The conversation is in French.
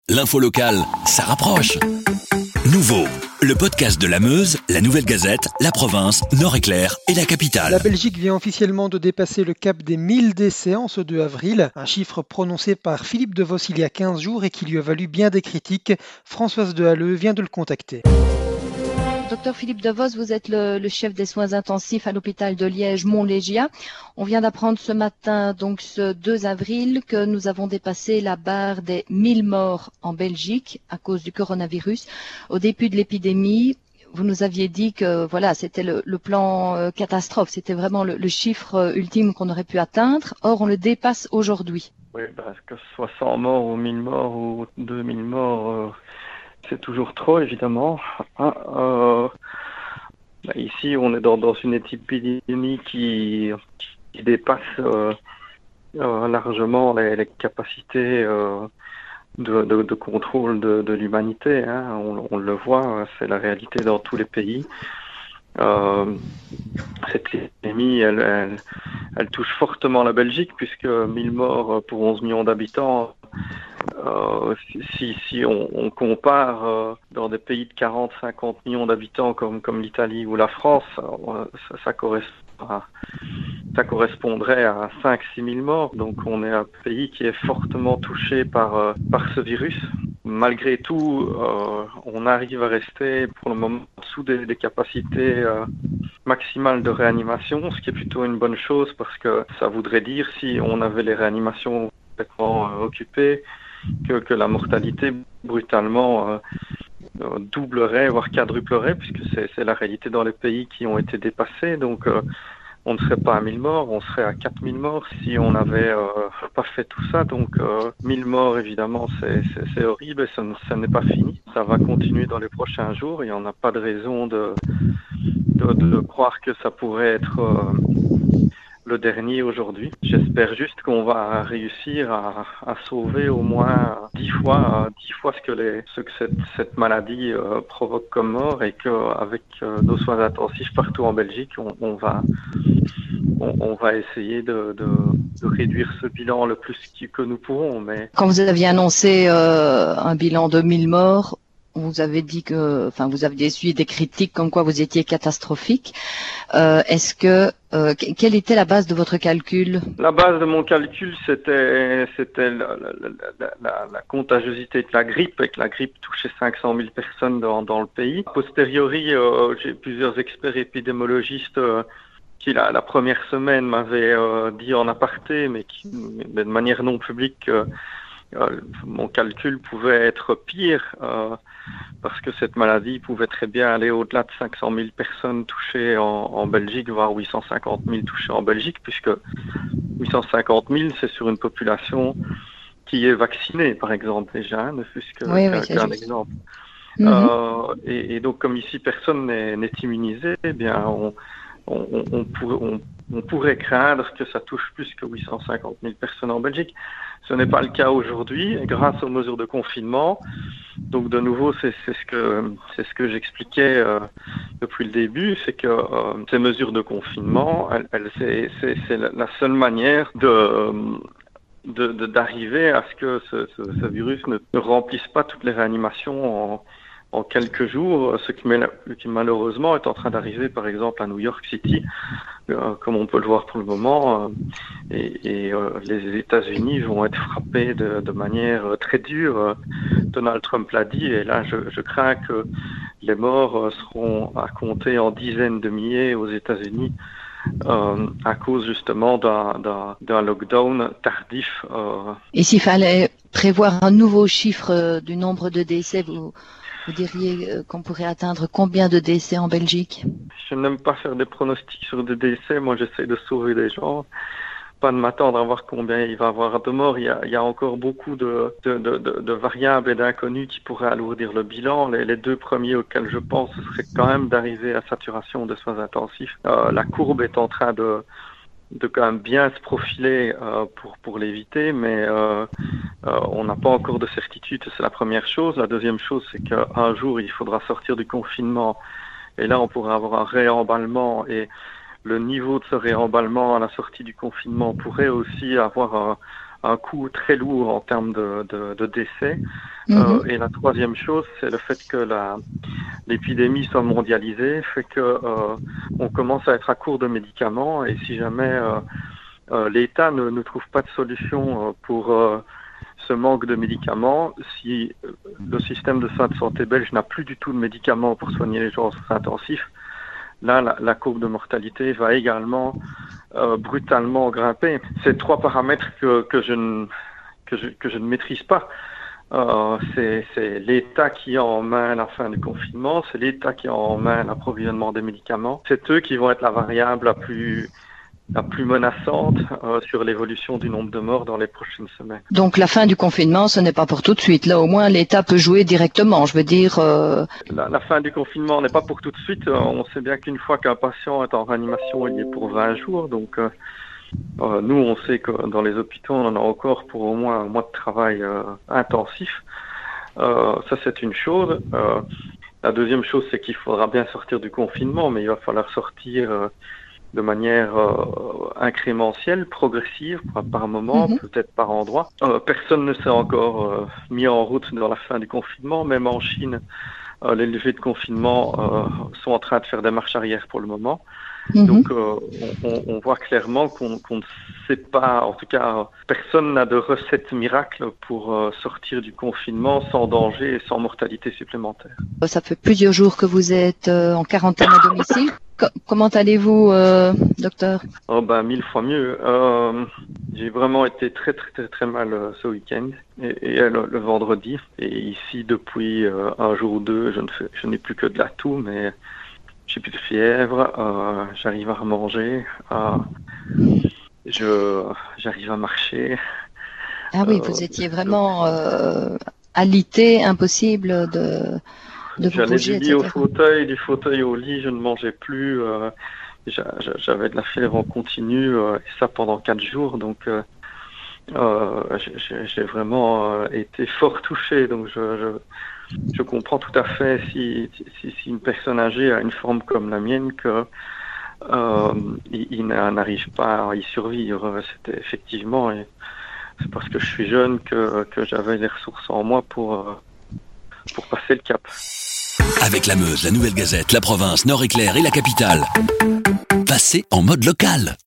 L'info locale, ça rapproche. Nouveau, le podcast de la Meuse, la Nouvelle Gazette, la Province, Nord-Éclair et la Capitale. La Belgique vient officiellement de dépasser le cap des 1000 décès en ce 2 avril, un chiffre prononcé par Philippe De Vos il y a 15 jours et qui lui a valu bien des critiques. Françoise Dehalleux vient de le contacter. Docteur Philippe De Vos, vous êtes le chef des soins intensifs à l'hôpital de Liège-Montlégia. On vient d'apprendre ce matin, donc ce 2 avril, que nous avons dépassé la barre des 1000 morts en Belgique à cause du coronavirus. Au début de l'épidémie, vous nous aviez dit que voilà, c'était le plan catastrophe, c'était vraiment le chiffre ultime qu'on aurait pu atteindre. Or, on le dépasse aujourd'hui. Oui, que ce soit 100 morts ou 1000 morts ou 2000 morts... C'est toujours trop, évidemment. Ici, on est dans une épidémie qui dépasse largement les capacités de contrôle de l'humanité. Hein. On le voit, c'est la réalité dans tous les pays. Cette épidémie, elle touche fortement la Belgique, puisque 1000 morts pour 11 millions d'habitants... Si on compare dans des pays de 40-50 millions d'habitants comme l'Italie ou la France, ça correspondrait à 5-6 000 morts. Donc on est un pays qui est fortement touché par ce virus. Malgré tout, on arrive à rester pour le moment sous des capacités maximales de réanimation, ce qui est plutôt une bonne chose parce que ça voudrait dire si on avait les réanimations complètement occupées, que la mortalité brutalement doublerait, voire quadruplerait, puisque c'est la réalité dans les pays qui ont été dépassés. Donc on ne serait pas à 1000 morts, on serait à 4000 morts si on n'avait pas fait tout ça. Donc 1000 morts, évidemment, c'est horrible et ça n'est pas fini. Ça va continuer dans les prochains jours et on n'a pas de raison de croire que ça pourrait être... le dernier aujourd'hui. J'espère juste qu'on va réussir à sauver au moins 10 fois ce que cette maladie provoque comme mort et qu'avec nos soins intensifs partout en Belgique, on va essayer de réduire ce bilan le plus que nous pourrons. Mais... Quand vous aviez annoncé un bilan de 1000 morts, vous avez dit vous aviez essuyé des critiques comme quoi vous étiez catastrophique. Quelle était la base de votre calcul? La base de mon calcul, c'était la contagiosité de la grippe, et que la grippe touchait 500 000 personnes dans le pays. A posteriori, j'ai plusieurs experts épidémiologistes qui la première semaine m'avaient dit en aparté, mais de manière non publique, mon calcul pouvait être pire parce que cette maladie pouvait très bien aller au-delà de 500 000 personnes touchées en Belgique, voire 850 000 touchées en Belgique, puisque 850 000, c'est sur une population qui est vaccinée, par exemple, déjà, ne fût-ce qu'un exemple. Mm-hmm. Et donc, comme ici, personne n'est immunisé, eh bien, on pourrait craindre que ça touche plus que 850 000 personnes en Belgique. Ce n'est pas le cas aujourd'hui, grâce aux mesures de confinement. Donc de nouveau, c'est ce que j'expliquais depuis le début, c'est que ces mesures de confinement, c'est la seule manière d'arriver à ce que ce virus ne remplisse pas toutes les réanimations en quelques jours, ce qui malheureusement est en train d'arriver par exemple à New York City, comme on peut le voir pour le moment, et les États-Unis vont être frappés de manière très dure. Donald Trump l'a dit, et là je crains que les morts seront à compter en dizaines de milliers aux États-Unis à cause justement d'un lockdown tardif. Et s'il fallait prévoir un nouveau chiffre du nombre de décès, vous diriez qu'on pourrait atteindre combien de décès en Belgique? Je n'aime pas faire des pronostics sur des décès. Moi, j'essaie de sauver des gens. Pas de m'attendre à voir combien il va y avoir de morts. Il y a encore beaucoup de variables et d'inconnus qui pourraient alourdir le bilan. Les deux premiers auxquels je pense, ce serait quand même d'arriver à saturation de soins intensifs. La courbe est en train de quand même bien se profiler pour l'éviter, mais on n'a pas encore de certitude, c'est la première chose. La deuxième chose, c'est qu'un jour, il faudra sortir du confinement, et là, on pourra avoir un réemballement, et le niveau de ce réemballement à la sortie du confinement pourrait aussi avoir un coût très lourd en termes de décès. Et la troisième chose, c'est le fait que l'épidémie soit mondialisée, fait que on commence à être à court de médicaments, et si jamais l'État ne trouve pas de solution pour ce manque de médicaments, si le système de soins de santé belge n'a plus du tout de médicaments pour soigner les gens en soins intensifs, là, la courbe de mortalité va également brutalement grimper. C'est trois paramètres que je ne maîtrise pas. C'est l'État qui a en main la fin du confinement, c'est l'État qui a en main l'approvisionnement des médicaments. C'est eux qui vont être la variable la plus menaçante sur l'évolution du nombre de morts dans les prochaines semaines. Donc la fin du confinement, ce n'est pas pour tout de suite. Là, au moins, l'État peut jouer directement. Je veux dire... La fin du confinement n'est pas pour tout de suite. On sait bien qu'une fois qu'un patient est en réanimation, il est pour 20 jours. Donc nous, on sait que dans les hôpitaux, on en a encore pour au moins un mois de travail intensif. Ça, c'est une chose. La deuxième chose, c'est qu'il faudra bien sortir du confinement, mais il va falloir sortir... de manière incrémentielle, progressive, par moment, peut-être par endroit. Personne ne s'est encore mis en route dans la fin du confinement. Même en Chine, les levées de confinement sont en train de faire des marches arrière pour le moment. Donc, on voit clairement qu'on ne sait pas, en tout cas, personne n'a de recette miracle pour sortir du confinement sans danger et sans mortalité supplémentaire. Ça fait plusieurs jours que vous êtes en quarantaine à domicile. Comment allez-vous, docteur? Oh ben 1000 fois mieux. J'ai vraiment été très très très très mal ce week-end et le vendredi. Et ici depuis un jour ou deux, je n'ai plus que de la toux, mais j'ai plus de fièvre. J'arrive à remanger. J'arrive à marcher. Ah oui, vous étiez vraiment alité, impossible de vous bouger, du fauteuil au lit, je ne mangeais plus. J'avais de la fièvre en continu, et ça pendant 4 jours. Donc, j'ai vraiment été fort touché. Donc, je comprends tout à fait si une personne âgée a une forme comme la mienne que il n'arrive pas à y survivre. C'était effectivement, et c'est parce que je suis jeune que j'avais les ressources en moi pour passer le cap. Avec la Meuse, la Nouvelle Gazette, la Province, Nord-Éclair et la Capitale. Passez en mode local.